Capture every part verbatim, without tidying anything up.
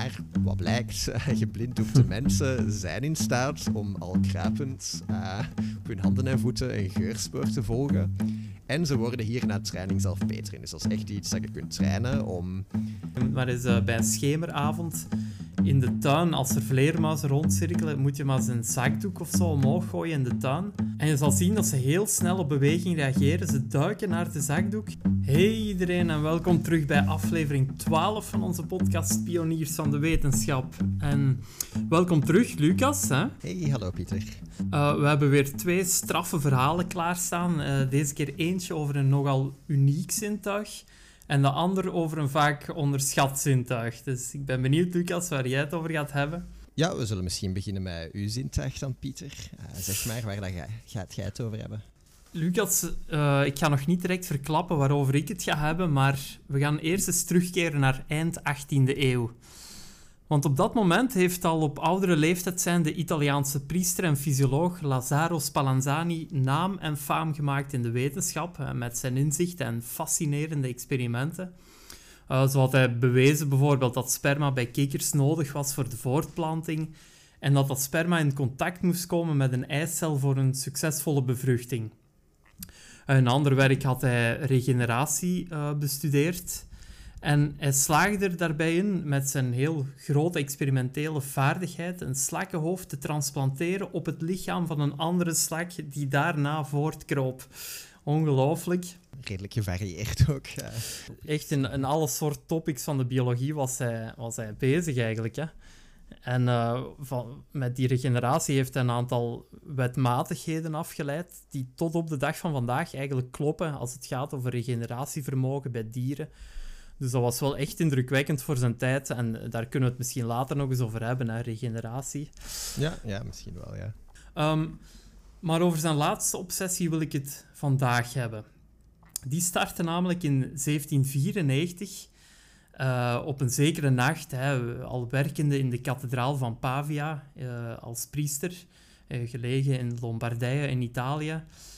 Maar wat blijkt, geblinddoekte mensen zijn in staat om al kruipend uh, op hun handen en voeten een geurspoor te volgen. En ze worden hier na training zelf beter in. Dus dat is echt iets dat je kunt trainen om... Maar is uh, bij een schemeravond in de tuin, als er vleermuizen rondcirkelen, moet je maar eens een zakdoek of zo omhoog gooien in de tuin. En je zal zien dat ze heel snel op beweging reageren. Ze duiken naar de zakdoek. Hey iedereen en welkom terug bij aflevering twaalf van onze podcast Pioniers van de Wetenschap. En welkom terug, Lucas. Hè? Hey, hallo Pieter. Uh, we hebben weer twee straffe verhalen klaarstaan. Uh, deze keer eentje over een nogal uniek zintuig. En de ander over een vaak onderschat zintuig. Dus ik ben benieuwd, Lucas, waar jij het over gaat hebben. Ja, we zullen misschien beginnen met uw zintuig dan, Pieter. Uh, zeg maar, waar dat ga, gaat jij het over hebben? Lucas, uh, ik ga nog niet direct verklappen waarover ik het ga hebben, maar we gaan eerst eens terugkeren naar eind achttiende eeuw. Want op dat moment heeft al op oudere leeftijd zijnde Italiaanse priester en fysioloog Lazzaro Spallanzani naam en faam gemaakt in de wetenschap, met zijn inzicht en fascinerende experimenten. Uh, zo had hij bewezen bijvoorbeeld dat sperma bij kikkers nodig was voor de voortplanting en dat dat sperma in contact moest komen met een eicel voor een succesvolle bevruchting. Een ander werk had hij regeneratie uh, bestudeerd. En hij slaagde er daarbij in met zijn heel grote experimentele vaardigheid een slakkenhoofd te transplanteren op het lichaam van een andere slak die daarna voortkroop. Ongelooflijk. Redelijk gevarieerd ook. Ja. Echt in, in alle soort topics van de biologie was hij, was hij bezig eigenlijk. Hè. En uh, van, met die regeneratie heeft hij een aantal wetmatigheden afgeleid die tot op de dag van vandaag eigenlijk kloppen als het gaat over regeneratievermogen bij dieren. Dus dat was wel echt indrukwekkend voor zijn tijd. En daar kunnen we het misschien later nog eens over hebben, hè, regeneratie. Ja, ja, misschien wel, ja. Um, maar over zijn laatste obsessie wil ik het vandaag hebben. Die startte namelijk in zeventien vierennegentig, uh, op een zekere nacht, hè, al werkende in de kathedraal van Pavia uh, als priester, uh, gelegen in Lombardije in Italië,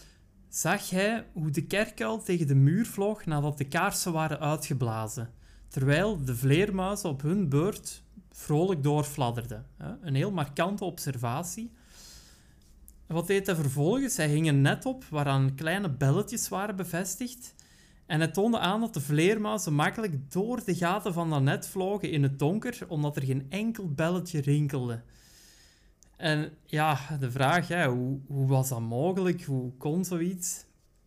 zag hij hoe de kerkuil tegen de muur vloog nadat de kaarsen waren uitgeblazen, terwijl de vleermuizen op hun beurt vrolijk doorfladderden. Een heel markante observatie. Wat deed hij vervolgens? Hij hing een net op waaraan kleine belletjes waren bevestigd en hij toonde aan dat de vleermuizen makkelijk door de gaten van dat net vlogen in het donker, omdat er geen enkel belletje rinkelde. En ja, de vraag, hè, hoe, hoe was dat mogelijk? Hoe kon zoiets?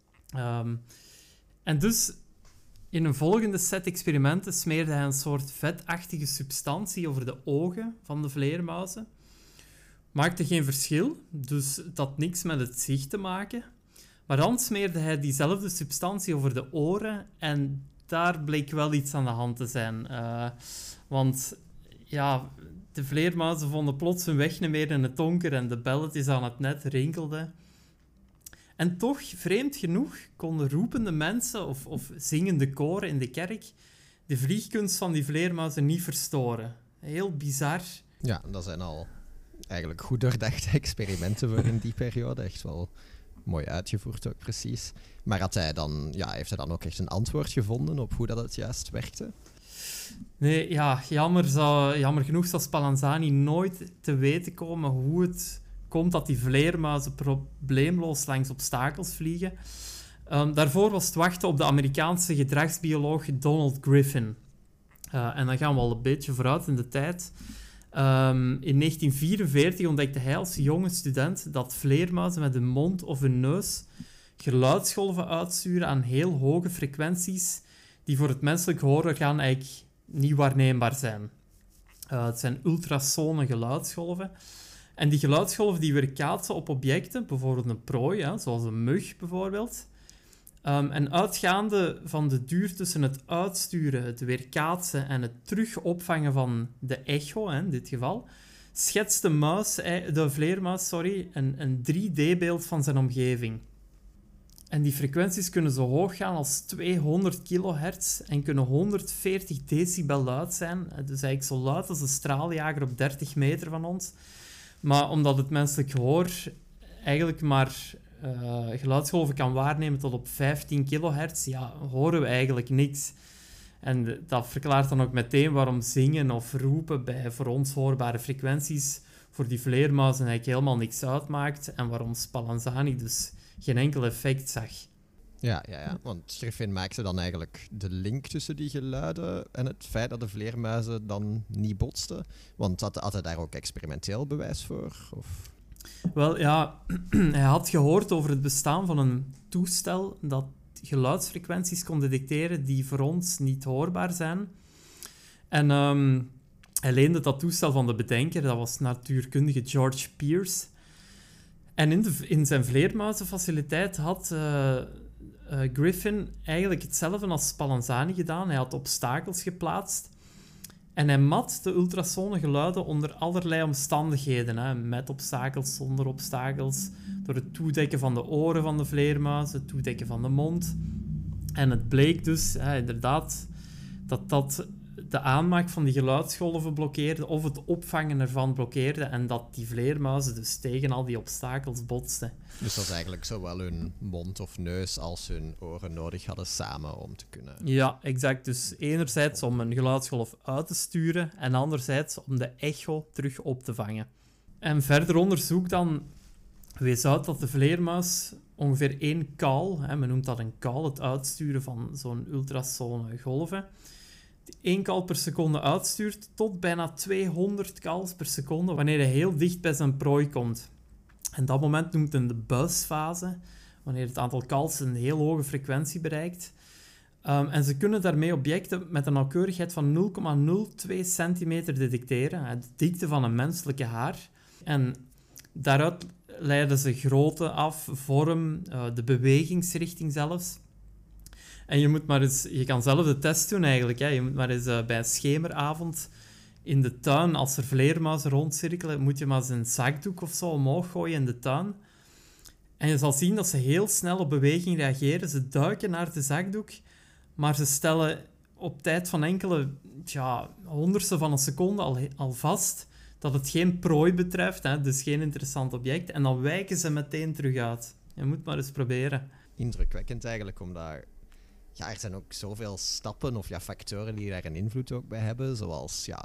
Um, en dus, in een volgende set experimenten smeerde hij een soort vetachtige substantie over de ogen van de vleermuizen. Maakte geen verschil, dus het had niks met het zicht te maken. Maar dan smeerde hij diezelfde substantie over de oren en daar bleek wel iets aan de hand te zijn. Uh, want ja, de vleermuizen vonden plots hun weg niet meer in het donker en de belletjes aan het net rinkelden. En toch, vreemd genoeg, konden roepende mensen of, of zingende koren in de kerk de vliegkunst van die vleermuizen niet verstoren. Heel bizar. Ja, dat zijn al eigenlijk goed doordachte experimenten voor in die periode. Echt wel mooi uitgevoerd ook, precies. Maar had hij dan, ja, heeft hij dan ook echt een antwoord gevonden op hoe dat het juist werkte? Nee, ja, jammer, zou, jammer genoeg zal Spallanzani nooit te weten komen hoe het komt dat die vleermuizen probleemloos langs obstakels vliegen. Um, daarvoor was het wachten op de Amerikaanse gedragsbioloog Donald Griffin. Uh, en dan gaan we al een beetje vooruit in de tijd. Um, in negentien vierenveertig ontdekte hij als jonge student dat vleermuizen met hun mond of hun neus geluidsgolven uitsturen aan heel hoge frequenties die voor het menselijk hoororgaan eigenlijk niet waarneembaar zijn. Uh, het zijn ultrasone geluidsgolven. En die geluidsgolven die weerkaatsen op objecten, bijvoorbeeld een prooi, hè, zoals een mug bijvoorbeeld. Um, en uitgaande van de duur tussen het uitsturen, het weerkaatsen en het terug opvangen van de echo, hè, in dit geval, schetst de, muis, de vleermuis sorry, een, een drie D-beeld van zijn omgeving. En die frequenties kunnen zo hoog gaan als tweehonderd kilohertz en kunnen honderdveertig decibel luid zijn. Dus eigenlijk zo luid als een straaljager op dertig meter van ons. Maar omdat het menselijk gehoor eigenlijk maar uh, geluidsgolven kan waarnemen tot op vijftien kilohertz, ja, horen we eigenlijk niks. En dat verklaart dan ook meteen waarom zingen of roepen bij voor ons hoorbare frequenties voor die vleermuizen eigenlijk helemaal niks uitmaakt en waarom Spallanzani dus geen enkel effect zag. Ja, ja, ja, want Griffin maakte dan eigenlijk de link tussen die geluiden en het feit dat de vleermuizen dan niet botsten. Want had, had hij daar ook experimenteel bewijs voor? Of? Wel, ja, hij had gehoord over het bestaan van een toestel dat geluidsfrequenties kon detecteren die voor ons niet hoorbaar zijn. En um, hij leende dat toestel van de bedenker, dat was natuurkundige George Peirce. En in, de, in zijn vleermuizenfaciliteit had uh, uh, Griffin eigenlijk hetzelfde als Spallanzani gedaan. Hij had obstakels geplaatst en hij mat de ultrasone geluiden onder allerlei omstandigheden. Hè, met obstakels, zonder obstakels, door het toedekken van de oren van de vleermuis, het toedekken van de mond. En het bleek dus hè, inderdaad dat dat de aanmaak van die geluidsgolven blokkeerde of het opvangen ervan blokkeerde en dat die vleermuizen dus tegen al die obstakels botsten. Dus dat is eigenlijk zowel hun mond of neus als hun oren nodig hadden samen om te kunnen... Ja, exact. Dus enerzijds om een geluidsgolf uit te sturen en anderzijds om de echo terug op te vangen. En verder onderzoek dan wees uit dat de vleermuis ongeveer één kaal, hè, men noemt dat een kaal, het uitsturen van zo'n ultrasone golven, één kal per seconde uitstuurt tot bijna tweehonderd kals per seconde wanneer hij heel dicht bij zijn prooi komt. En dat moment noemt men de buisfase, wanneer het aantal kals een heel hoge frequentie bereikt. Um, en ze kunnen daarmee objecten met een nauwkeurigheid van nul komma nul twee centimeter detecteren, de dikte van een menselijke haar. En daaruit leiden ze grootte af, vorm, uh, de bewegingsrichting zelfs. En je moet maar eens, je kan zelf de test doen eigenlijk. Hè. Je moet maar eens uh, bij een schemeravond in de tuin, als er vleermuizen rondcirkelen, moet je maar eens een zakdoek of zo omhoog gooien in de tuin. En je zal zien dat ze heel snel op beweging reageren. Ze duiken naar de zakdoek, maar ze stellen op tijd van enkele tja, honderdste van een seconde al, al vast dat het geen prooi betreft, hè, dus geen interessant object. En dan wijken ze meteen terug uit. Je moet maar eens proberen. Indrukwekkend eigenlijk, omdat... Ja, er zijn ook zoveel stappen of ja, factoren die daar een invloed ook bij hebben. Zoals ja,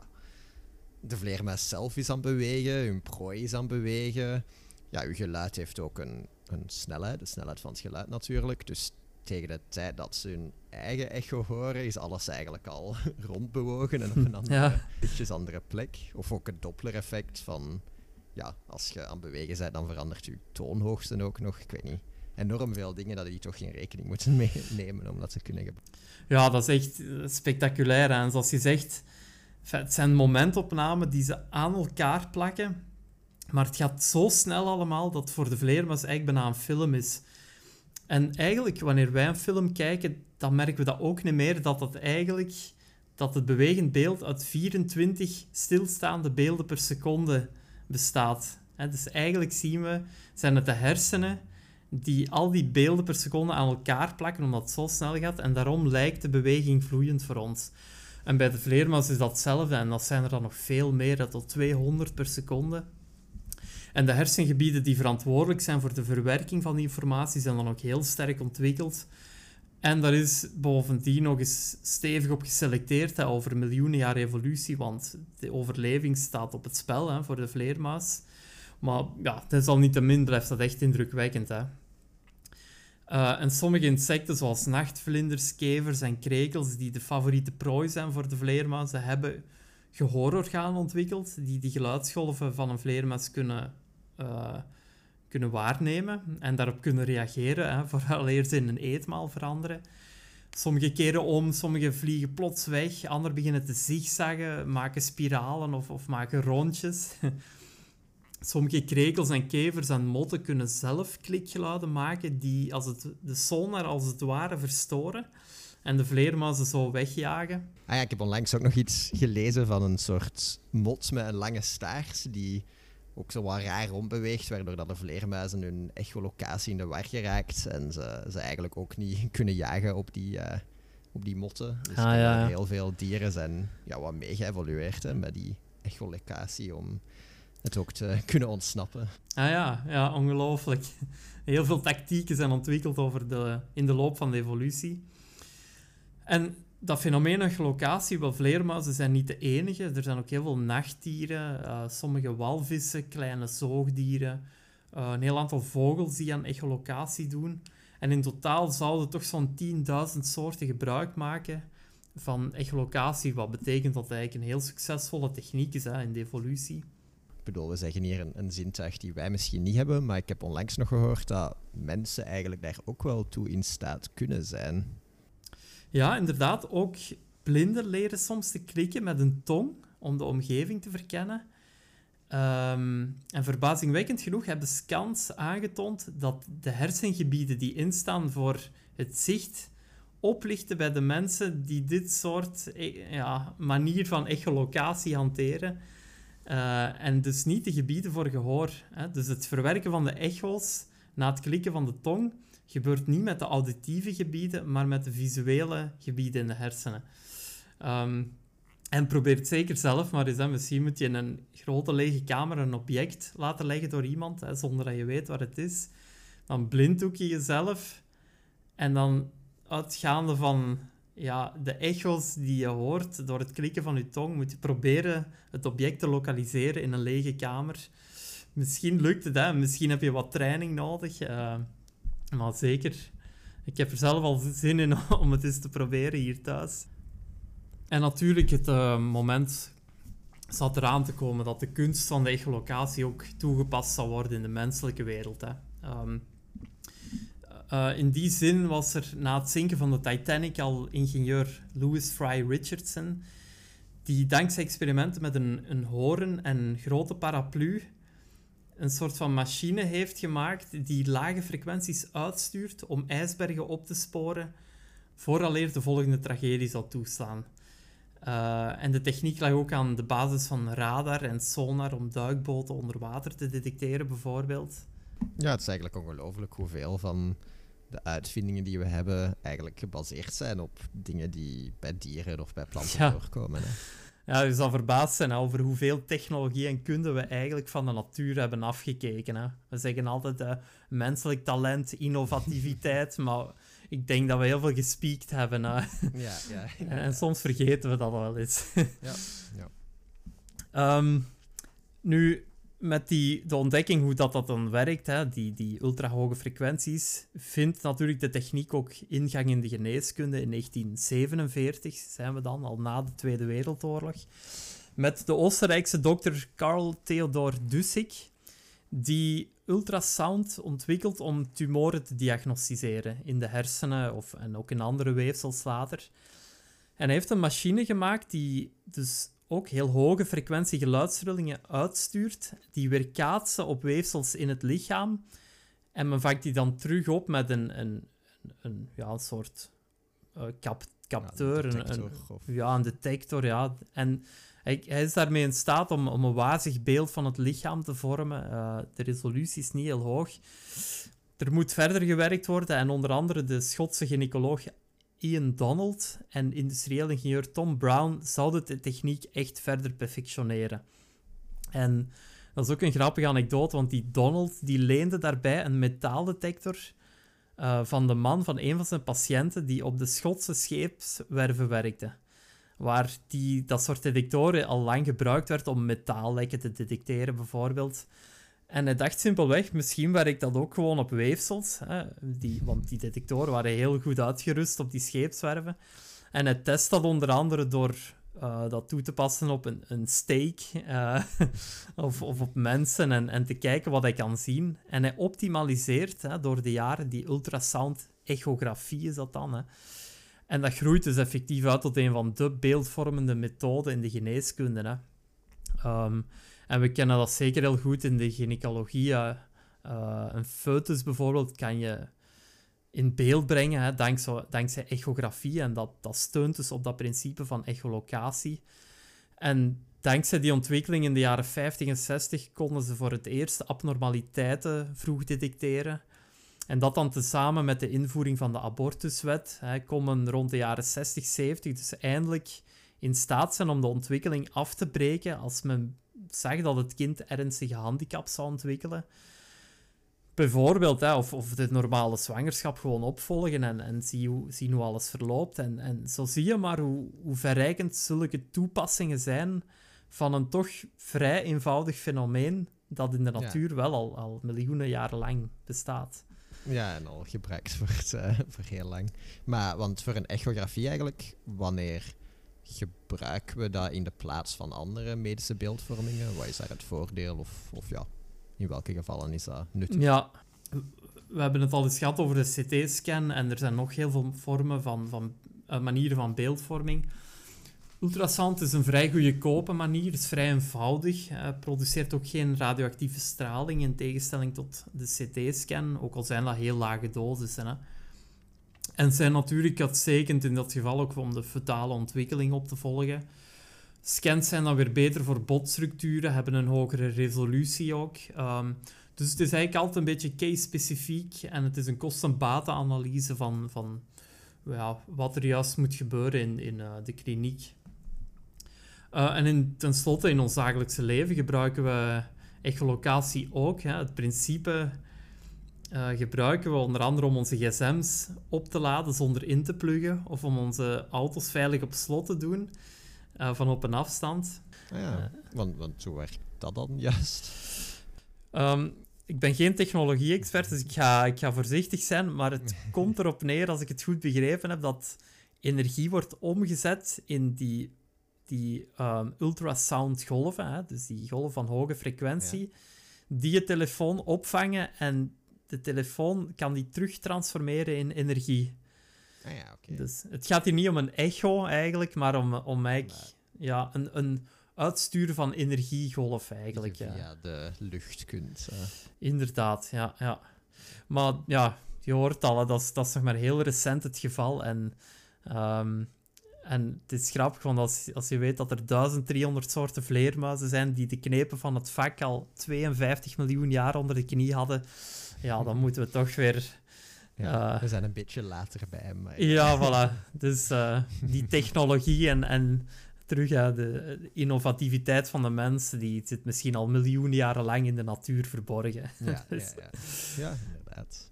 de vleermuis zelf is aan het bewegen, hun prooi is aan het bewegen. Ja, uw geluid heeft ook een, een snelheid, de snelheid van het geluid natuurlijk. Dus tegen de tijd dat ze hun eigen echo horen, is alles eigenlijk al rondbewogen en op een andere, ja. ietsjes andere plek. Of ook het Doppler-effect van, ja, als je aan het bewegen bent, dan verandert je toonhoogte ook nog, ik weet niet. Enorm veel dingen dat die toch geen rekening moeten meenemen om dat te kunnen gebruiken. Ja, dat is echt spectaculair. En zoals je zegt, het zijn momentopnamen die ze aan elkaar plakken, maar het gaat zo snel allemaal dat voor de vleermuis eigenlijk bijna een film is. En eigenlijk, wanneer wij een film kijken, dan merken we dat ook niet meer, dat het eigenlijk dat het bewegend beeld uit vierentwintig stilstaande beelden per seconde bestaat. He, dus eigenlijk zien we, zijn het de hersenen die al die beelden per seconde aan elkaar plakken, omdat het zo snel gaat. En daarom lijkt de beweging vloeiend voor ons. En bij de vleermuis is dat hetzelfde. En dat zijn er dan nog veel meer, tot tweehonderd per seconde. En de hersengebieden die verantwoordelijk zijn voor de verwerking van die informatie zijn dan ook heel sterk ontwikkeld. En daar is bovendien nog eens stevig op geselecteerd, hè, over miljoenen jaar evolutie, want de overleving staat op het spel, hè, voor de vleermuis. Maar ja, desalniettemin blijft dat echt indrukwekkend, hè. Uh, en sommige insecten, zoals nachtvlinders, kevers en krekels, die de favoriete prooi zijn voor de vleermuizen, hebben gehoororganen ontwikkeld die die geluidsgolven van een vleermuis kunnen, uh, kunnen waarnemen en daarop kunnen reageren, hè, vooraleer ze in een eetmaal veranderen. Sommige keren om, sommige vliegen plots weg, anderen beginnen te zigzaggen, maken spiralen of, of maken rondjes. Sommige krekels en kevers en motten kunnen zelf klikgeluiden maken die als het, de sonar als het ware verstoren en de vleermuizen zo wegjagen. Ah ja, ik heb onlangs ook nog iets gelezen van een soort mot met een lange staart die ook zo wat raar rondbeweegt, waardoor dat de vleermuizen hun echolocatie in de war geraakt en ze, ze eigenlijk ook niet kunnen jagen op die, uh, op die motten. Dus ah, ja. heel veel dieren zijn ja, wat mee geëvolueerd hè, met die echolocatie om het ook te kunnen ontsnappen. Ah ja, ja, ongelooflijk. Heel veel tactieken zijn ontwikkeld over de, in de loop van de evolutie. En dat fenomeen echolocatie, wel vleermuizen zijn niet de enige. Er zijn ook heel veel nachtdieren, uh, sommige walvissen, kleine zoogdieren, uh, een heel aantal vogels die aan echolocatie doen. En in totaal zouden toch zo'n tienduizend soorten gebruik maken van echolocatie, wat betekent dat het eigenlijk een heel succesvolle techniek is, hè, in de evolutie. Ik bedoel, we zeggen hier een, een zintuig die wij misschien niet hebben, maar ik heb onlangs nog gehoord dat mensen eigenlijk daar ook wel toe in staat kunnen zijn. Ja, inderdaad. Ook blinden leren soms te klikken met een tong om de omgeving te verkennen. Um, en verbazingwekkend genoeg hebben scans aangetoond dat de hersengebieden die instaan voor het zicht oplichten bij de mensen die dit soort ja, manier van echolocatie hanteren. Uh, en dus niet de gebieden voor gehoor. Hè. Dus het verwerken van de echo's na het klikken van de tong gebeurt niet met de auditieve gebieden, maar met de visuele gebieden in de hersenen. Um, en probeer het zeker zelf maar eens. Hè. Misschien moet je in een grote lege kamer een object laten leggen door iemand, hè, zonder dat je weet wat het is. Dan blinddoek je jezelf en dan uitgaande van ja, de echo's die je hoort door het klikken van je tong, moet je proberen het object te lokaliseren in een lege kamer. Misschien lukt het, hè. Misschien heb je wat training nodig. Uh, maar zeker, ik heb er zelf al zin in om het eens te proberen hier thuis. En natuurlijk, het uh, moment zat eraan te komen dat de kunst van de echolocatie ook toegepast zou worden in de menselijke wereld. Hè. Um, uh, in die zin was er na het zinken van de Titanic al ingenieur Louis Fry Richardson, die dankzij experimenten met een, een hoorn en een grote paraplu een soort van machine heeft gemaakt die lage frequenties uitstuurt om ijsbergen op te sporen vooraleer de volgende tragedie zal toeslaan. Uh, en de techniek lag ook aan de basis van radar en sonar om duikboten onder water te detecteren, bijvoorbeeld. Ja, het is eigenlijk ongelooflijk hoeveel van de uitvindingen die we hebben eigenlijk gebaseerd zijn op dingen die bij dieren of bij planten ja. voorkomen. Hè. Ja, je zal verbaasd zijn over hoeveel technologie en kunde we eigenlijk van de natuur hebben afgekeken. Hè. We zeggen altijd uh, menselijk talent, innovativiteit, maar ik denk dat we heel veel gespiekt hebben. Uh. Ja, ja, en, en soms vergeten we dat wel eens. ja, ja. Um, nu, met die, de ontdekking hoe dat, dat dan werkt, hè, die, die ultrahoge frequenties, vindt natuurlijk de techniek ook ingang in de geneeskunde. In negentien zevenenveertig zijn we dan, al na de Tweede Wereldoorlog, met de Oostenrijkse dokter Karl Theodor Dussig, die ultrasound ontwikkelt om tumoren te diagnosticeren in de hersenen of, en ook in andere weefsels later. En hij heeft een machine gemaakt die dus ook heel hoge frequentie geluidsrillingen uitstuurt, die weerkaatsen op weefsels in het lichaam. En men vangt die dan terug op met een, een, een, ja, een soort uh, kap, capteur. Ja, een detector. Een, een, of... ja, een detector, ja. En hij, hij is daarmee in staat om, om een wazig beeld van het lichaam te vormen. Uh, de resolutie is niet heel hoog. Er moet verder gewerkt worden en onder andere de Schotse gynaecoloog Ian Donald en industrieel ingenieur Tom Brown zouden de techniek echt verder perfectioneren. En dat is ook een grappige anekdote, want die Donald die leende daarbij een metaaldetector uh, van de man van een van zijn patiënten die op de Schotse scheepswerven werkte, waar die, dat soort detectoren al lang gebruikt werd om metaallekken te detecteren, bijvoorbeeld. En hij dacht simpelweg, misschien werkt dat ook gewoon op weefsels, hè, die, want die detectoren waren heel goed uitgerust op die scheepswerven. En hij test dat onder andere door uh, dat toe te passen op een, een steak uh, of, of op mensen en, en te kijken wat hij kan zien. En hij optimaliseert hè, door de jaren die ultrasound-echografie is dat dan. Hè. En dat groeit dus effectief uit tot een van de beeldvormende methoden in de geneeskunde. Hè. Um, En we kennen dat zeker heel goed in de gynaecologie. Uh, uh, een foetus bijvoorbeeld kan je in beeld brengen hè, dankzij, dankzij echografie. En dat, dat steunt dus op dat principe van echolocatie. En dankzij die ontwikkeling in de jaren vijftig en zestig konden ze voor het eerst abnormaliteiten vroeg detecteren. En dat dan tezamen met de invoering van de abortuswet hè, kon men rond de jaren zestig, zeventig dus eindelijk in staat zijn om de ontwikkeling af te breken als men zag dat het kind ernstige handicap zou ontwikkelen. bijvoorbeeld, hè, of, of de normale zwangerschap gewoon opvolgen en, en zien, hoe, zien hoe alles verloopt. En, en zo zie je maar hoe, hoe verrijkend zulke toepassingen zijn van een toch vrij eenvoudig fenomeen dat in de natuur ja. wel al, al miljoenen jaren lang bestaat. Ja, en al gebruikt wordt uh, voor heel lang. Maar, want voor een echografie eigenlijk, wanneer gebruiken we dat in de plaats van andere medische beeldvormingen? Wat is daar het voordeel? Of, of ja, in welke gevallen is dat nuttig? Ja, we hebben het al eens gehad over de C T-scan en er zijn nog heel veel vormen van, van uh, manieren van beeldvorming. Ultrasound is een vrij goedkope manier, is vrij eenvoudig. Uh, produceert ook geen radioactieve straling in tegenstelling tot de C T-scan, ook al zijn dat heel lage dosissen. Hè. En zijn natuurlijk uitstekend in dat geval ook om de fetale ontwikkeling op te volgen. Scans zijn dan weer beter voor botstructuren, hebben een hogere resolutie ook. Um, dus het is eigenlijk altijd een beetje case-specifiek en het is een kosten-baten-analyse van, van ja, wat er juist moet gebeuren in, in uh, de kliniek. Uh, en in, tenslotte, in ons dagelijkse leven gebruiken we echolocatie ook. Hè. Het principe uh, gebruiken we onder andere om onze gsm's op te laden zonder in te pluggen of om onze auto's veilig op slot te doen uh, van op een afstand. Ah ja, uh, want, want hoe werkt dat dan juist? Um, ik ben geen technologie-expert, dus ik ga, ik ga voorzichtig zijn, maar het komt erop neer, als ik het goed begrepen heb, dat energie wordt omgezet in die, die um, ultrasoundgolven, hè, dus die golven van hoge frequentie, ja. die je telefoon opvangen en de telefoon kan die terug transformeren in energie. Ah ja, okay. Dus het gaat hier niet om een echo eigenlijk, maar om, om eigenlijk, nee. ja, een... een uitsturen van energiegolf eigenlijk. Die je via ja. de lucht kunt. Uh. Inderdaad, ja, ja. Maar ja, je hoort al, dat is, dat is nog maar heel recent het geval. En, um, en het is grappig, want als, als je weet dat er duizend driehonderd soorten vleermuizen zijn die de knepen van het vak al tweeënvijftig miljoen jaar onder de knie hadden, ja, dan moeten we toch weer... Ja, uh, we zijn een beetje later bij. Maar... Ja, voilà. Dus uh, die technologie en... en terug, ja, de innovativiteit van de mens, die zit misschien al miljoenen jaren lang in de natuur verborgen. Ja, dus. ja, ja. ja inderdaad.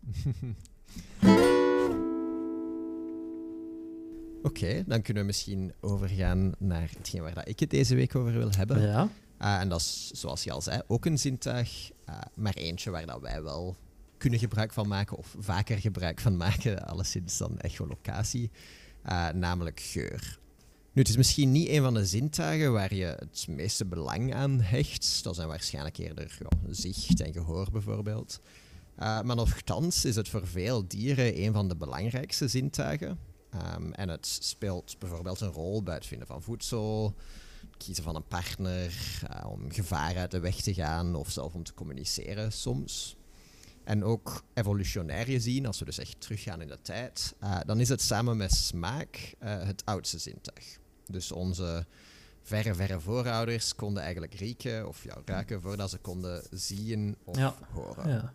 Oké, okay, dan kunnen we misschien overgaan naar hetgeen waar dat ik het deze week over wil hebben. Ja. Uh, en dat is, zoals je al zei, ook een zintuig, uh, maar eentje waar dat wij wel kunnen gebruik van maken, of vaker gebruik van maken, alleszins dan echolocatie, uh, namelijk geur. Nu, het is misschien niet een van de zintuigen waar je het meeste belang aan hecht. Dat zijn waarschijnlijk eerder ja, zicht en gehoor bijvoorbeeld. Uh, maar nochtans is het voor veel dieren een van de belangrijkste zintuigen. Um, en het speelt bijvoorbeeld een rol bij het vinden van voedsel, kiezen van een partner, uh, om gevaar uit de weg te gaan of zelf om te communiceren soms. En ook evolutionair gezien, als we dus echt teruggaan in de tijd, uh, dan is het samen met smaak uh, het oudste zintuig. Dus onze verre, verre voorouders konden eigenlijk rieken of ja, ruiken voordat ze konden zien of ja. horen. Ja.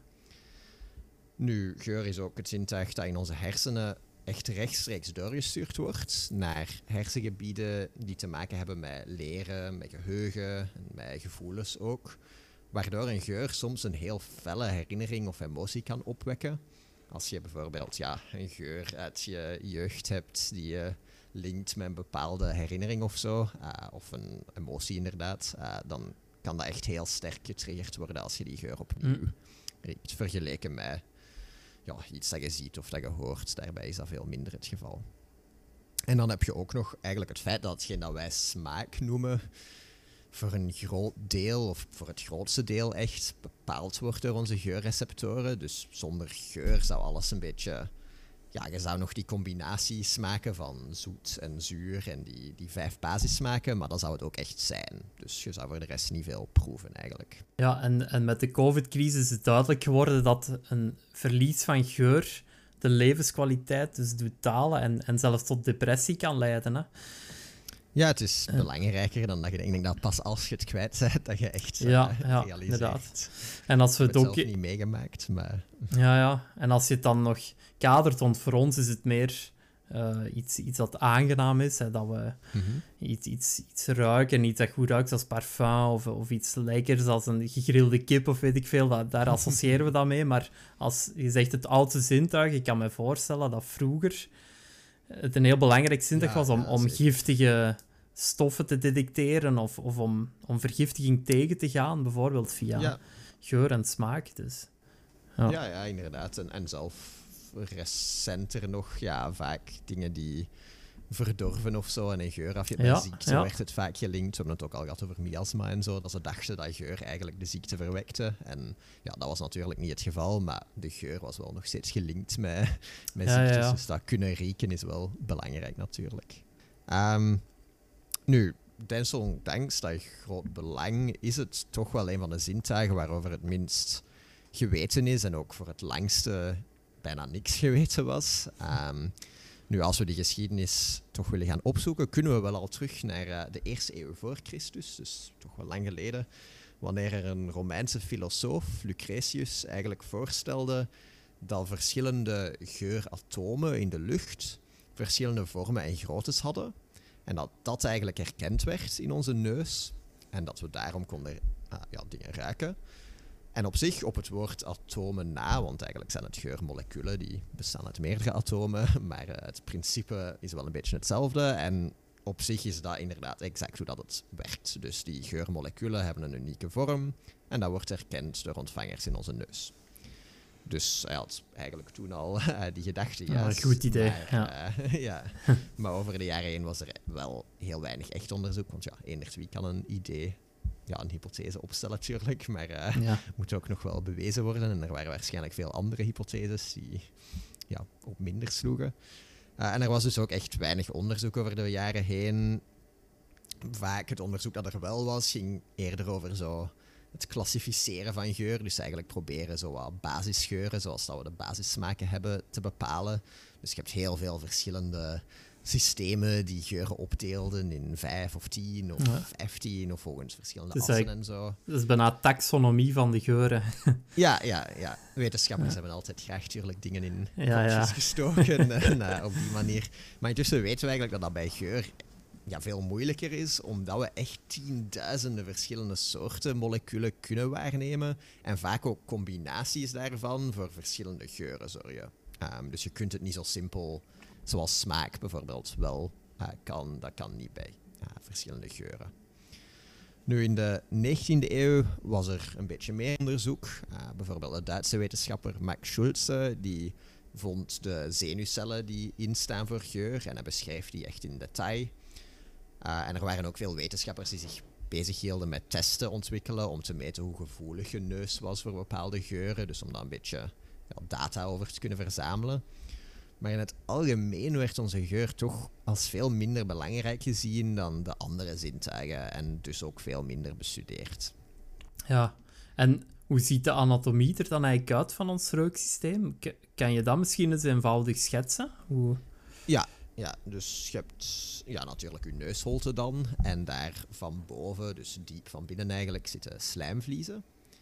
Nu, geur is ook het zintuig dat in onze hersenen echt rechtstreeks doorgestuurd wordt naar hersengebieden die te maken hebben met leren, met geheugen en met gevoelens ook. Waardoor een geur soms een heel felle herinnering of emotie kan opwekken. Als je bijvoorbeeld ja, een geur uit je jeugd hebt die je linkt met een bepaalde herinnering of zo, uh, of een emotie inderdaad, uh, dan kan dat echt heel sterk getriggerd worden als je die geur opnieuw mm. riekt. Vergeleken met ja, iets dat je ziet of dat je hoort, daarbij is dat veel minder het geval. En dan heb je ook nog eigenlijk het feit dat hetgeen dat wij smaak noemen, voor een groot deel, of voor het grootste deel echt, bepaald wordt door onze geurreceptoren. Dus zonder geur zou alles een beetje... Ja, je zou nog die combinatie smaken van zoet en zuur en die, die vijf basissmaken, maar dan zou het ook echt zijn. Dus je zou voor de rest niet veel proeven eigenlijk. Ja, en, en met de COVID-crisis is het duidelijk geworden dat een verlies van geur de levenskwaliteit dus doet dalen en, en zelfs tot depressie kan leiden, hè. Ja, het is belangrijker dan dat je... Ik denk dat pas als je het kwijt bent, dat je echt uh, ja, ja, realiseert. Inderdaad. En als we ik het heb ook... het zelf niet meegemaakt, maar... Ja, ja. En als je het dan nog kadert, want voor ons is het meer Uh, iets, iets dat aangenaam is, hè, dat we Mm-hmm. iets, iets, iets ruiken, iets dat goed ruikt als parfum, of, of iets lekkers als een gegrilde kip of weet ik veel, dat, daar associëren we dat mee. Maar als je zegt het oudste zintuig, ik kan me voorstellen dat vroeger het een heel belangrijk zintuig Ja, was om, ja, om zeker. giftige stoffen te detecteren of, of om, om vergiftiging tegen te gaan, bijvoorbeeld via Ja. geur en smaak. Dus, ja. Ja, ja, inderdaad. En, en zelf recenter nog, ja, vaak dingen die verdorven of zo en een geur af je Ja, met ziekte ja. werd het vaak gelinkt. We hebben het ook al gehad over miasma en zo, dat ze dachten dat geur eigenlijk de ziekte verwekte. En ja, dat was natuurlijk niet het geval, maar de geur was wel nog steeds gelinkt met, met Ja, ziektes. ja, ja. Dus dat kunnen rieken is wel belangrijk natuurlijk. Um, nu, desondanks dat groot belang is het toch wel een van de zintuigen waarover het minst geweten is en ook voor het langste bijna niks geweten was. Um, nu, als we die geschiedenis toch willen gaan opzoeken, kunnen we wel al terug naar uh, de eerste eeuw voor Christus, dus toch wel lang geleden, wanneer er een Romeinse filosoof, Lucretius, eigenlijk voorstelde dat verschillende geuratomen in de lucht verschillende vormen en groottes hadden. En dat dat eigenlijk herkend werd in onze neus. En dat we daarom konden uh, ja, dingen ruiken. En op zich, op het woord atomen na, want eigenlijk zijn het geurmoleculen, die bestaan uit meerdere atomen, maar uh, het principe is wel een beetje hetzelfde. En op zich is dat inderdaad exact hoe dat het werkt. Dus die geurmoleculen hebben een unieke vorm en dat wordt herkend door ontvangers in onze neus. Dus hij had eigenlijk toen al uh, die gedachte. Ja, Juist, een goed idee, Maar, ja. Uh, ja. maar over de jaren heen was er wel heel weinig echt onderzoek. Want ja, eender wie kan een idee, ja, een hypothese opstellen natuurlijk. Maar uh, Ja. moet ook nog wel bewezen worden. En er waren waarschijnlijk veel andere hypotheses die ja, op minder sloegen. Uh, en er was dus ook echt weinig onderzoek over de jaren heen. Vaak het onderzoek dat er wel was, ging eerder over zo het klassificeren van geur. Dus eigenlijk proberen zo wat basisgeuren, zoals dat we de basissmaken hebben, te bepalen. Dus je hebt heel veel verschillende systemen die geuren opdeelden in vijf of tien of Ja. vijftien of volgens verschillende Het is assen eigenlijk- en zo. Dat is bijna taxonomie van de geuren. Ja, ja, ja. Wetenschappers hebben altijd graag tuurlijk dingen in Ja, kopjes ja. gestoken en uh, op die manier. Maar intussen weten we eigenlijk dat dat bij geur ja, veel moeilijker is, omdat we echt tienduizenden verschillende soorten moleculen kunnen waarnemen en vaak ook combinaties daarvan voor verschillende geuren zorgen. Um, dus je kunt het niet zo simpel, zoals smaak bijvoorbeeld wel uh, kan, dat kan niet bij uh, verschillende geuren. Nu, in de negentiende eeuw was er een beetje meer onderzoek. Uh, bijvoorbeeld de Duitse wetenschapper Max Schulze, die vond de zenuwcellen die instaan voor geur en hij beschreef die echt in detail. Uh, en er waren ook veel wetenschappers die zich bezighielden met testen ontwikkelen om te meten hoe gevoelig je neus was voor bepaalde geuren. Dus om daar een beetje ja, data over te kunnen verzamelen. Maar in het algemeen werd onze geur toch als veel minder belangrijk gezien dan de andere zintuigen en dus ook veel minder bestudeerd. Ja, en hoe ziet de anatomie er dan eigenlijk uit van ons reuksysteem? K- kan je dat misschien eens eenvoudig schetsen? Hoe... Ja, ja, dus je hebt ja, natuurlijk je neusholte dan. En daar van boven, dus diep van binnen eigenlijk, zitten slijmvliezen.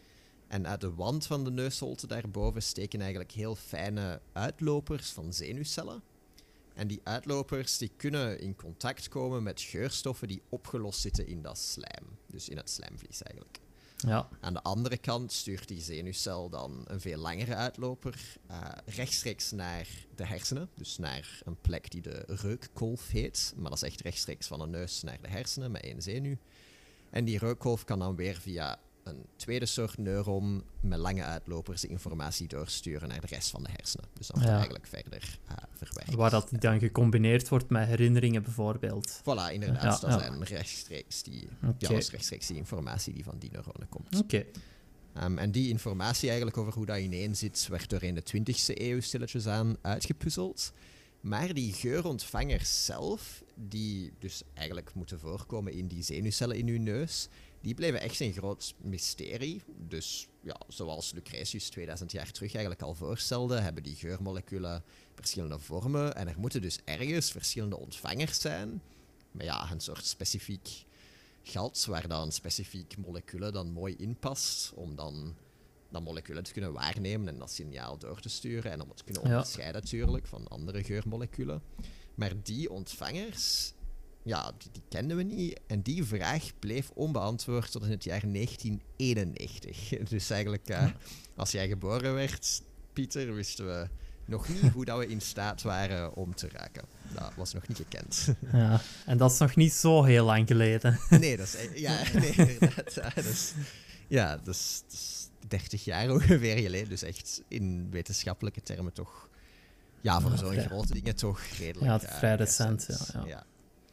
En uit de wand van de neusholte daarboven steken eigenlijk heel fijne uitlopers van zenuwcellen. En die uitlopers die kunnen in contact komen met geurstoffen die opgelost zitten in dat slijm. Dus in het slijmvlies eigenlijk. Ja, Aan de andere kant stuurt die zenuwcel dan een veel langere uitloper uh, rechtstreeks naar de hersenen. Dus naar een plek die de reukkolf heet. Maar dat is echt rechtstreeks van de neus naar de hersenen met één zenuw. En die reukkolf kan dan weer via een tweede soort neuron met lange uitlopers de informatie doorsturen naar de rest van de hersenen. Dus dan wordt Ja. het eigenlijk verder uh, verwerkt. waar dat dan gecombineerd wordt met herinneringen bijvoorbeeld. Voilà, inderdaad. Ja, dat ja. zijn rechtstreeks die, Oké. ja, dat is rechtstreeks die informatie die van die neuronen komt. Oké. Um, en die informatie eigenlijk over hoe dat ineen zit, werd door in de twintigste eeuw stilletjes aan uitgepuzzeld. Maar die geurontvangers zelf, die dus eigenlijk moeten voorkomen in die zenuwcellen in uw neus, die bleven echt een groot mysterie. Dus ja, zoals Lucretius tweeduizend jaar terug eigenlijk al voorstelde, hebben die geurmoleculen verschillende vormen. En er moeten dus ergens verschillende ontvangers zijn. Maar ja, een soort specifiek gat waar dan specifiek moleculen dan mooi in past, om dan dat moleculen te kunnen waarnemen en dat signaal door te sturen. En om het te kunnen onderscheiden ja. natuurlijk van andere geurmoleculen. Maar die ontvangers, ja, die, die kenden we niet. En die vraag bleef onbeantwoord tot in het jaar negentien eenennegentig. Dus eigenlijk, uh, als jij geboren werd, Pieter, wisten we nog niet hoe dat we in staat waren om te ruiken. Dat was nog niet gekend. Ja, en dat is nog niet zo heel lang geleden. Nee, dat is... Ja, nee, inderdaad. Ja, dat is, ja, dat is, dat is dertig jaar ongeveer geleden. Dus echt in wetenschappelijke termen toch... Ja, voor ja, zo'n vrij. grote dingen toch redelijk... Ja, het vrij uh, recent, ja. ja. ja.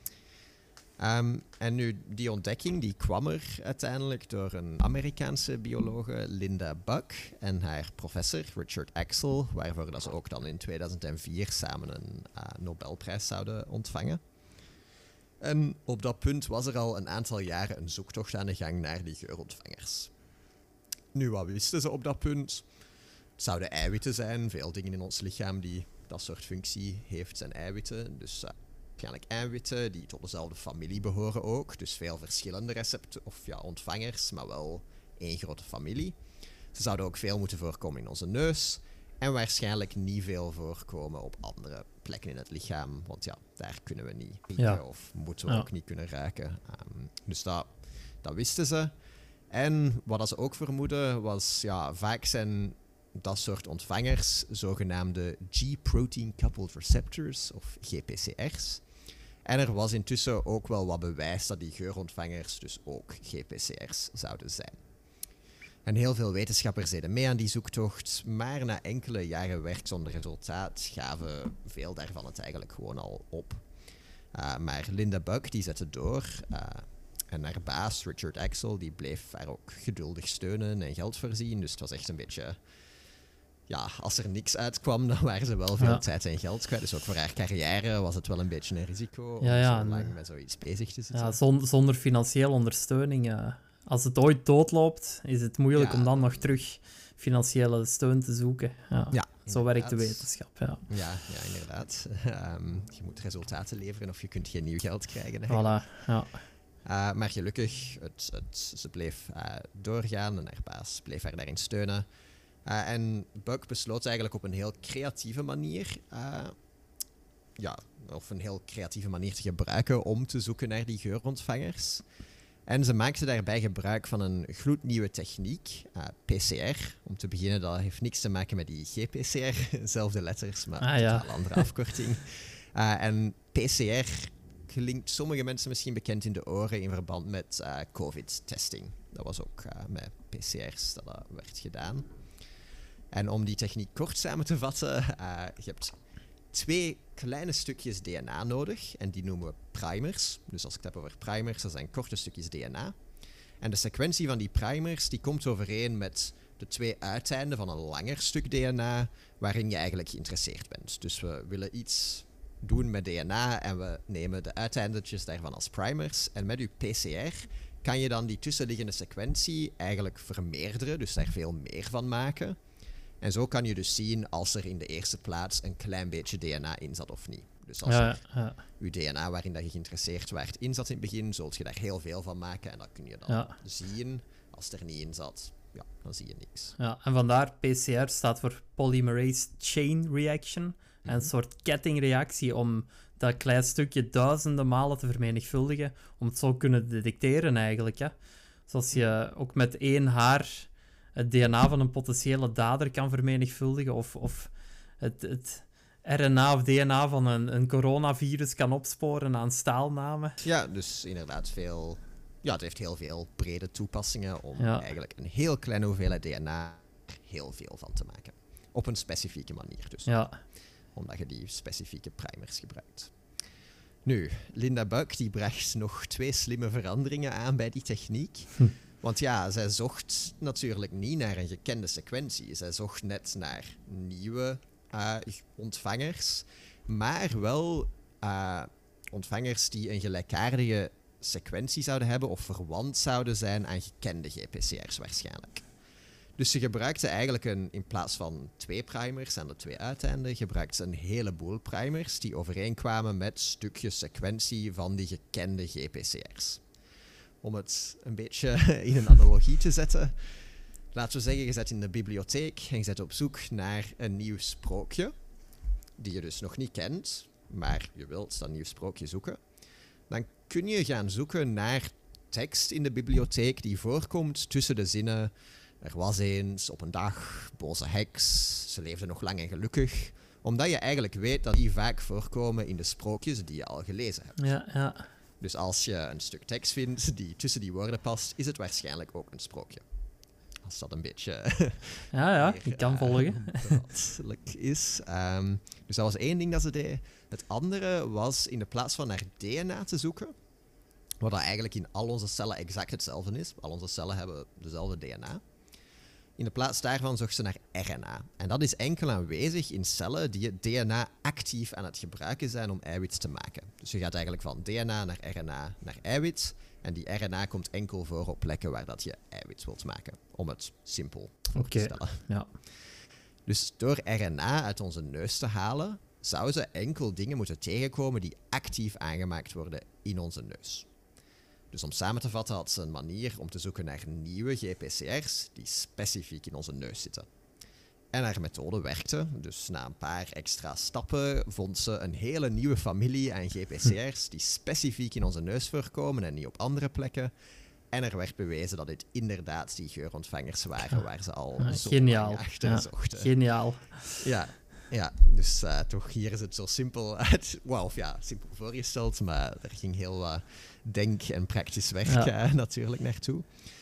Um, en nu, die ontdekking die kwam er uiteindelijk door een Amerikaanse biologe, Linda Buck, en haar professor, Richard Axel, waarvoor dat ze ook dan in tweeduizend vier samen een uh, Nobelprijs zouden ontvangen. En op dat punt was er al een aantal jaren een zoektocht aan de gang naar die geurontvangers. Nu, wat wisten ze op dat punt? Het zouden eiwitten zijn. Veel dingen in ons lichaam die dat soort functie heeft zijn eiwitten. Dus... Uh, waarschijnlijk eiwitten die tot dezelfde familie behoren ook. Dus veel verschillende recepten of ja, ontvangers, maar wel één grote familie. Ze zouden ook veel moeten voorkomen in onze neus. En waarschijnlijk niet veel voorkomen op andere plekken in het lichaam. Want ja, daar kunnen we niet rieken ja. of moeten we ja. ook niet kunnen ruiken. Um, dus dat, dat wisten ze. En wat ze ook vermoeden was, ja, vaak zijn dat soort ontvangers zogenaamde G-protein coupled receptors, of G P C R's. En er was intussen ook wel wat bewijs dat die geurontvangers dus ook G P C R's zouden zijn. En heel veel wetenschappers deden mee aan die zoektocht, maar na enkele jaren werk zonder resultaat gaven veel daarvan het eigenlijk gewoon al op. Uh, maar Linda Buck die zette door uh, en haar baas Richard Axel die bleef haar ook geduldig steunen en geld voorzien, dus het was echt een beetje... Ja, als er niks uitkwam, dan waren ze wel veel ja. tijd en geld kwijt. Dus ook voor haar carrière was het wel een beetje een risico om ja, ja, zo lang met zoiets bezig te zitten. Ja, zonder, zonder financiële ondersteuning. Uh, als het ooit doodloopt, is het moeilijk ja, om dan nog terug financiële steun te zoeken. Ja, ja, zo werkt de wetenschap. Ja, ja, ja inderdaad. Um, je moet resultaten leveren of je kunt geen nieuw geld krijgen. Voilà, ja. Uh, maar gelukkig, het, het, ze bleef uh, doorgaan en haar baas bleef haar daarin steunen. Uh, en Buck besloot eigenlijk op een heel creatieve manier, uh, ja, of een heel creatieve manier te gebruiken om te zoeken naar die geurontvangers. En ze maakte daarbij gebruik van een gloednieuwe techniek, uh, P C R. Om te beginnen, dat heeft niks te maken met die G P C R, dezelfde letters, maar ah, een ja. totaal andere afkorting. Uh, en P C R klinkt sommige mensen misschien bekend in de oren in verband met uh, COVID-testing. Dat was ook uh, met P C R's dat dat werd gedaan. En om die techniek kort samen te vatten, uh, je hebt twee kleine stukjes D N A nodig en die noemen we primers. Dus als ik het heb over primers, dat zijn korte stukjes D N A. En de sequentie van die primers die komt overeen met de twee uiteinden van een langer stuk D N A waarin je eigenlijk geïnteresseerd bent. Dus we willen iets doen met D N A en we nemen de uiteindetjes daarvan als primers. En met uw P C R kan je dan die tussenliggende sequentie eigenlijk vermeerderen, dus daar veel meer van maken. En zo kan je dus zien als er in de eerste plaats een klein beetje D N A in zat of niet. Dus als ja, er ja. je D N A waarin dat je geïnteresseerd werd in zat in het begin, zult je daar heel veel van maken. En dat kun je dan ja. zien. Als het er niet in zat, ja, dan zie je niks. Ja, en vandaar P C R staat voor Polymerase Chain Reaction. Mm-hmm. Een soort kettingreactie om dat klein stukje duizenden malen te vermenigvuldigen. Om het zo te kunnen detecteren eigenlijk. Hè. Zoals je ook met één haar het D N A van een potentiële dader kan vermenigvuldigen. Of, of het, het R N A of D N A van een, een coronavirus kan opsporen aan staalnamen. Ja, dus inderdaad veel... Ja, het heeft heel veel brede toepassingen om ja. eigenlijk een heel kleine hoeveelheid D N A er heel veel van te maken. Op een specifieke manier dus. Ja. Omdat je die specifieke primers gebruikt. Nu, Linda Buck die bracht nog twee slimme veranderingen aan bij die techniek. Hm. Want ja, zij zocht natuurlijk niet naar een gekende sequentie. Zij zocht net naar nieuwe uh, ontvangers. Maar wel uh, ontvangers die een gelijkaardige sequentie zouden hebben of verwant zouden zijn aan gekende G P C R's waarschijnlijk. Dus ze gebruikte eigenlijk een, in plaats van twee primers aan de twee uiteinden, gebruikte ze een heleboel primers die overeenkwamen met stukjes sequentie van die gekende G P C R's. Om het een beetje in een analogie te zetten. laten we zeggen, je zit in de bibliotheek en je zit op zoek naar een nieuw sprookje, die je dus nog niet kent, maar je wilt dat nieuw sprookje zoeken. Dan kun je gaan zoeken naar tekst in de bibliotheek die voorkomt tussen de zinnen: er was eens op een dag boze heks, ze leefde nog lang en gelukkig. Omdat je eigenlijk weet dat die vaak voorkomen in de sprookjes die je al gelezen hebt. Ja, ja. Dus als je een stuk tekst vindt die tussen die woorden past, is het waarschijnlijk ook een sprookje. Als dat een beetje Ja, ja, meer, ik kan uh, volgen. bradselijk is. Um, dus dat was één ding dat ze deed. Het andere was in de plaats van naar D N A te zoeken, wat dat eigenlijk in al onze cellen exact hetzelfde is. Al onze cellen hebben dezelfde D N A. In de plaats daarvan zocht ze naar R N A. En dat is enkel aanwezig in cellen die het D N A actief aan het gebruiken zijn om eiwit te maken. Dus je gaat eigenlijk van D N A naar R N A naar eiwit. En die R N A komt enkel voor op plekken waar dat je eiwit wilt maken. Om het simpel voor Oké, te stellen. ja. Dus door R N A uit onze neus te halen, zouden ze enkel dingen moeten tegenkomen die actief aangemaakt worden in onze neus. Dus om samen te vatten had ze een manier om te zoeken naar nieuwe G P C R's die specifiek in onze neus zitten. En haar methode werkte, dus na een paar extra stappen vond ze een hele nieuwe familie aan G P C R's die specifiek in onze neus voorkomen en niet op andere plekken. En er werd bewezen dat dit inderdaad die geurontvangers waren waar ze al Ah, zo geniaal. lang achter Ja, zochten. Geniaal. Ja, ja, dus uh, toch hier is het zo simpel uit. Wow, ja, simpel voorgesteld, maar er ging heel wat uh, denk- en praktisch werk Ja. uh, natuurlijk naartoe.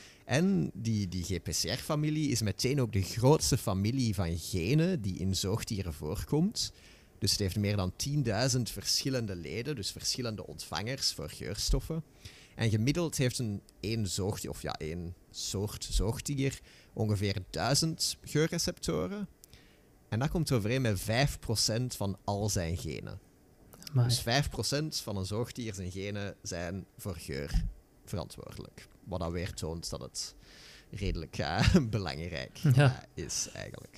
En die, die G P C R-familie is meteen ook de grootste familie van genen die in zoogdieren voorkomt. Dus het heeft meer dan tienduizend verschillende leden, dus verschillende ontvangers voor geurstoffen. En gemiddeld heeft een één zoogdier, of ja, één soort zoogdier ongeveer duizend geurreceptoren. En dat komt overeen met vijf procent van al zijn genen. Amai. Dus vijf procent van een zoogdier zijn genen zijn voor geur verantwoordelijk. Wat dan weer toont dat het redelijk uh, belangrijk Ja. uh, is eigenlijk.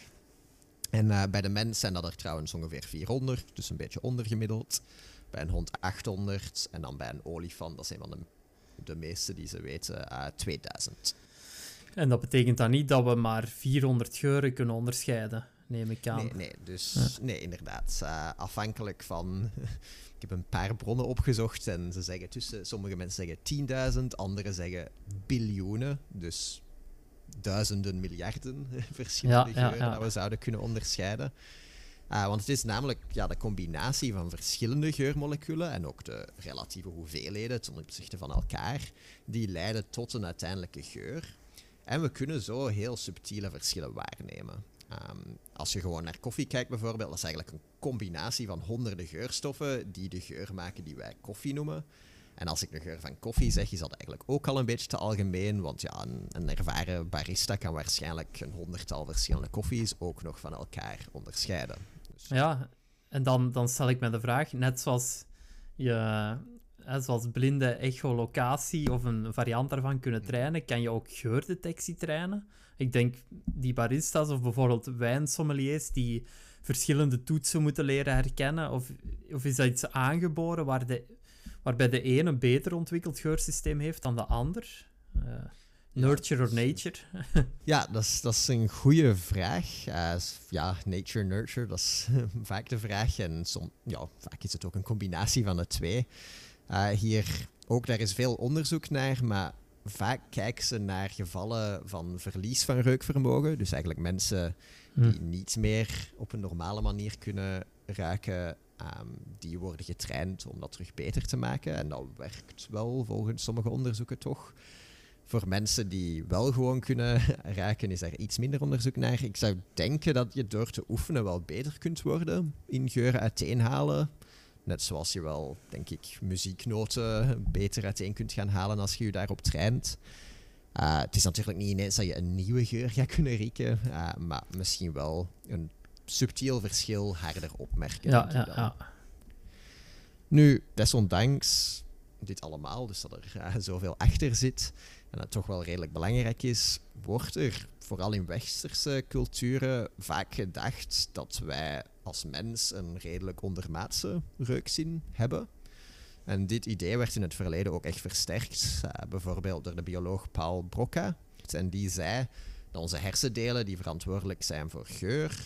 En uh, bij de mens zijn dat er trouwens ongeveer vierhonderd, dus een beetje ondergemiddeld. Bij een hond achthonderd en dan bij een olifant, dat is een van de, de meeste die ze weten, uh, tweeduizend. En dat betekent dan niet dat we maar vierhonderd geuren kunnen onderscheiden, neem ik aan. Nee, nee, dus Ja. nee, inderdaad. Uh, afhankelijk van... Ik heb een paar bronnen opgezocht en ze zeggen tussen... Sommige mensen zeggen tienduizend, anderen zeggen biljoenen. Dus duizenden, miljarden verschillende Ja, ja, geuren ja. dat we zouden kunnen onderscheiden. Uh, want het is namelijk ja, de combinatie van verschillende geurmoleculen en ook de relatieve hoeveelheden ten opzichte van elkaar, die leiden tot een uiteindelijke geur. En we kunnen zo heel subtiele verschillen waarnemen. Um, als je gewoon naar koffie kijkt bijvoorbeeld, dat is eigenlijk een combinatie van honderden geurstoffen die de geur maken die wij koffie noemen. En als ik de geur van koffie zeg, is dat eigenlijk ook al een beetje te algemeen, want ja, een, een ervaren barista kan waarschijnlijk een honderdtal verschillende koffies ook nog van elkaar onderscheiden. Dus Ja, en dan, dan stel ik me de vraag, net zoals je hè, zoals blinde echolocatie of een variant daarvan kunnen trainen, kan je ook geurdetectie trainen. Ik denk die baristas of bijvoorbeeld wijnsommeliers die verschillende toetsen moeten leren herkennen, of, of is dat iets aangeboren waar de, waarbij de ene een beter ontwikkeld geursysteem heeft dan de ander? Uh, nurture or nature? Ja, dat is, dat is een goede vraag. Uh, ja, nature, nurture, dat is vaak de vraag. En som, ja, vaak is het ook een combinatie van de twee. Uh, hier ook, daar is veel onderzoek naar, maar vaak kijken ze naar gevallen van verlies van reukvermogen. Dus eigenlijk mensen die Hm. niet meer op een normale manier kunnen ruiken, um, die worden getraind om dat terug beter te maken. En dat werkt wel volgens sommige onderzoeken toch. Voor mensen die wel gewoon kunnen ruiken, is er iets minder onderzoek naar. Ik zou denken dat je door te oefenen wel beter kunt worden in geuren uiteenhalen. Net zoals je wel, denk ik, muzieknoten beter uiteen kunt gaan halen als je je daarop traint. Uh, het is natuurlijk niet ineens dat je een nieuwe geur gaat kunnen rieken, uh, maar misschien wel een subtiel verschil harder opmerken. Ja, denk ik ja, dan. ja. Nu, desondanks dit allemaal, dus dat er uh, zoveel achter zit en dat toch wel redelijk belangrijk is, wordt er vooral in westerse culturen vaak gedacht dat wij als mens een redelijk ondermaatse reukzin hebben. En dit idee werd in het verleden ook echt versterkt, uh, bijvoorbeeld door de bioloog Paul Broca. En die zei dat onze hersendelen die verantwoordelijk zijn voor geur,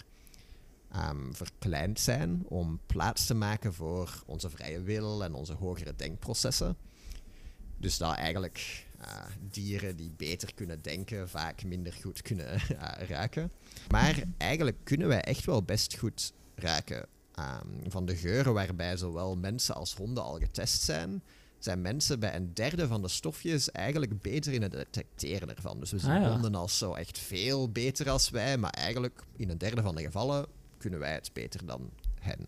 um, verkleind zijn om plaats te maken voor onze vrije wil en onze hogere denkprocessen. Dus dat eigenlijk uh, dieren die beter kunnen denken vaak minder goed kunnen uh, ruiken. Maar eigenlijk kunnen wij echt wel best goed ruiken. Um, van de geuren waarbij zowel mensen als honden al getest zijn, zijn mensen bij een derde van de stofjes eigenlijk beter in het detecteren ervan. Dus we zien ah, ja. honden als zo echt veel beter als wij, maar eigenlijk in een derde van de gevallen kunnen wij het beter dan hen.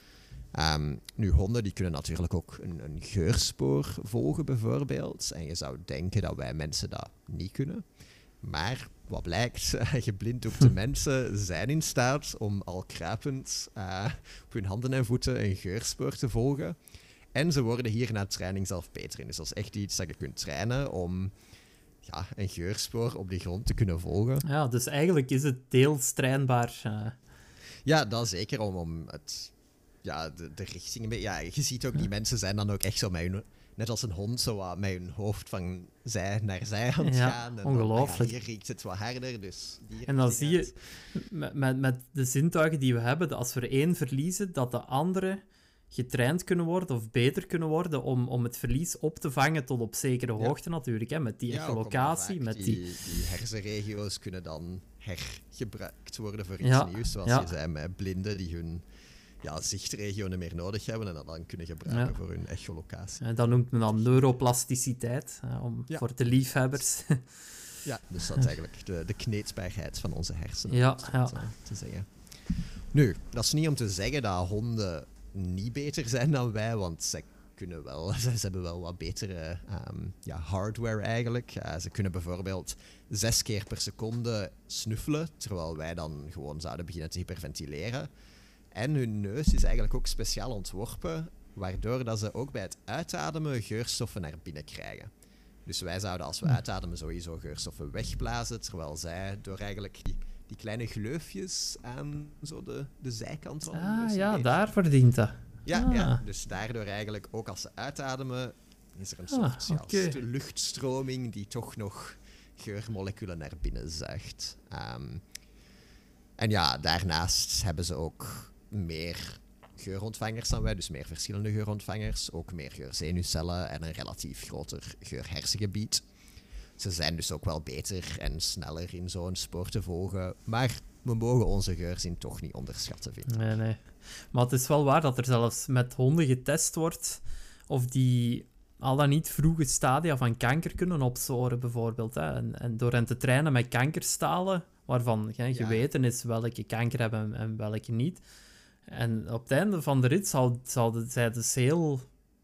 Um, nu, honden die kunnen natuurlijk ook een, een geurspoor volgen bijvoorbeeld. En je zou denken dat wij mensen dat niet kunnen. Maar wat blijkt, geblinddoekte mensen zijn in staat om al kruipend uh, op hun handen en voeten een geurspoor te volgen. En ze worden hier na training zelf beter in. Dus dat is echt iets dat je kunt trainen om ja, een geurspoor op de grond te kunnen volgen. Ja, dus eigenlijk is het deels trainbaar. Uh... Ja, dat zeker om, om het... Ja, de, de richting... Ja, je ziet ook, die mensen zijn dan ook echt zo met hun... Net als een hond, zo uh, met hun hoofd van zij naar zij aan het ja, gaan. En ongelooflijk. Dan, ja, hier riekt het wat harder, dus... En dan zie je, met, met, met de zintuigen die we hebben, dat als we er één verliezen, dat de andere getraind kunnen worden of beter kunnen worden om, om het verlies op te vangen tot op zekere hoogte ja. natuurlijk, hè, met die ja, echolocatie. Met die, die... die hersenregio's kunnen dan hergebruikt worden voor iets ja. nieuws, zoals ja. je zei, met blinden die hun... Ja, zichtregio niet meer nodig hebben en dat dan kunnen gebruiken ja. voor hun echolocatie. En dat noemt men dan neuroplasticiteit, hè, om, ja. voor de liefhebbers. Ja, dus dat is eigenlijk de, de kneedbaarheid van onze hersenen, ja, om ja. te, te zeggen. Nu, dat is niet om te zeggen dat honden niet beter zijn dan wij, want ze kunnen wel, ze hebben wel wat betere um, ja, hardware eigenlijk. Uh, ze kunnen bijvoorbeeld zes keer per seconde snuffelen, terwijl wij dan gewoon zouden beginnen te hyperventileren. En hun neus is eigenlijk ook speciaal ontworpen, waardoor dat ze ook bij het uitademen geurstoffen naar binnen krijgen. Dus wij zouden als we uitademen sowieso geurstoffen wegblazen, terwijl zij door eigenlijk die, die kleine gleufjes aan zo de, de zijkant van hun neus... Ah ja, daar verdient dat. Ja, ah. ja, dus daardoor eigenlijk, ook als ze uitademen, is er een soort ah, ja, okay. luchtstroming die toch nog geurmoleculen naar binnen zuigt. Um, en ja, daarnaast hebben ze ook meer geurontvangers dan wij, dus meer verschillende geurontvangers, ook meer geurzenuwcellen en een relatief groter geurhersengebied. Ze zijn dus ook wel beter en sneller in zo'n spoor te volgen, maar we mogen onze geurzin toch niet onderschatten, vind ik. Nee, nee. Maar het is wel waar dat er zelfs met honden getest wordt of die al dan niet vroege stadia van kanker kunnen opsporen, bijvoorbeeld. Hè. En, en door hen te trainen met kankerstalen, waarvan hè, Ja. geweten is welke kanker hebben en welke niet. En op het einde van de rit zou, zou zij dus heel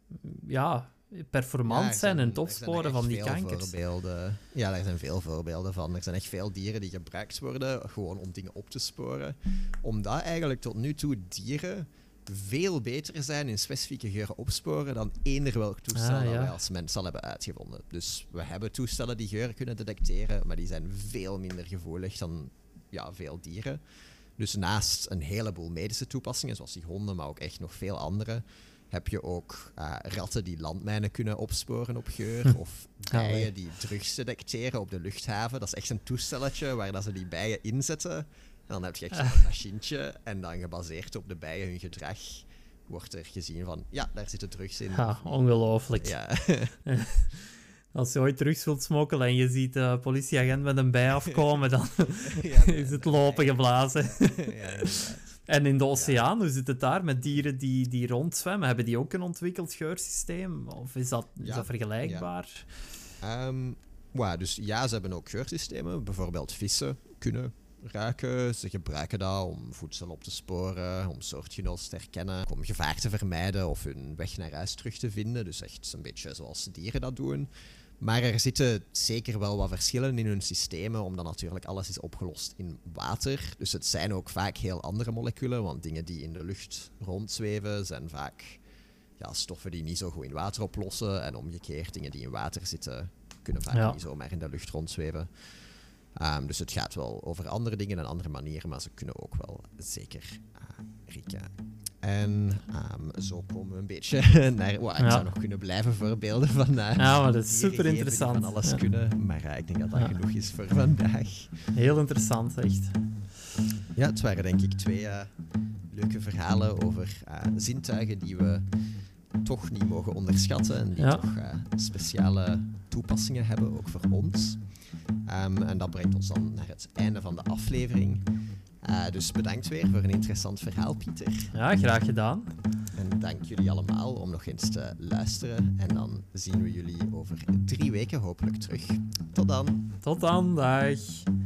ja, performant Ja, zijn in het er opsporen zijn van die veel kankers. Voorbeelden. Ja, daar zijn veel voorbeelden van. Er zijn echt veel dieren die gebruikt worden, gewoon om dingen op te sporen. Omdat eigenlijk tot nu toe dieren veel beter zijn in specifieke geuren opsporen dan eender welk toestel Ah, ja. dat wij als mens al hebben uitgevonden. Dus we hebben toestellen die geuren kunnen detecteren, maar die zijn veel minder gevoelig dan ja, veel dieren. Dus naast een heleboel medische toepassingen, zoals die honden, maar ook echt nog veel andere, heb je ook uh, ratten die landmijnen kunnen opsporen op geur, of bijen oh, die drugs detecteren op de luchthaven. Dat is echt een toestelletje waar dat ze die bijen inzetten. En dan heb je echt zo'n machientje, en dan gebaseerd op de bijen hun gedrag wordt er gezien van, ja, daar zitten drugs in. Ja, ongelooflijk. Ja. Als je ooit drugs wilt smokkelen en je ziet een politieagent met een bij afkomen, dan Ja, is het lopen geblazen. Ja, En in de oceaan, hoe zit het daar met dieren die, die rondzwemmen? Hebben die ook een ontwikkeld geursysteem? Of is dat, is Ja, dat vergelijkbaar? Ja. Um, wow, dus ja, ze hebben ook geursystemen. Bijvoorbeeld vissen kunnen ruiken. Ze gebruiken dat om voedsel op te sporen, om soortgenoten te herkennen, om gevaar te vermijden of hun weg naar huis terug te vinden. Dus echt een beetje zoals dieren dat doen. Maar er zitten zeker wel wat verschillen in hun systemen, omdat natuurlijk alles is opgelost in water. Dus het zijn ook vaak heel andere moleculen, want dingen die in de lucht rondzweven zijn vaak ja, stoffen die niet zo goed in water oplossen. En omgekeerd, dingen die in water zitten, kunnen vaak ja. niet zomaar in de lucht rondzweven. Um, dus het gaat wel over andere dingen en andere manieren, maar ze kunnen ook wel zeker uh, rieken. En um, zo komen we een beetje naar... Well, ik Ja. zou nog kunnen blijven voorbeelden van... Uh, Ja, maar dat is dieren super geven die interessant. van alles Ja. kunnen. Maar uh, ik denk dat dat Ja. genoeg is voor vandaag. Heel interessant, echt. Ja, het waren denk ik twee uh, leuke verhalen over uh, zintuigen die we toch niet mogen onderschatten. En die Ja. toch uh, speciale toepassingen hebben, ook voor ons. Um, en dat brengt ons dan naar het einde van de aflevering. Uh, dus bedankt weer voor een interessant verhaal, Pieter. Ja, graag gedaan. En dank jullie allemaal om nog eens te luisteren. En dan zien we jullie over drie weken hopelijk terug. Tot dan! Tot dan, dag.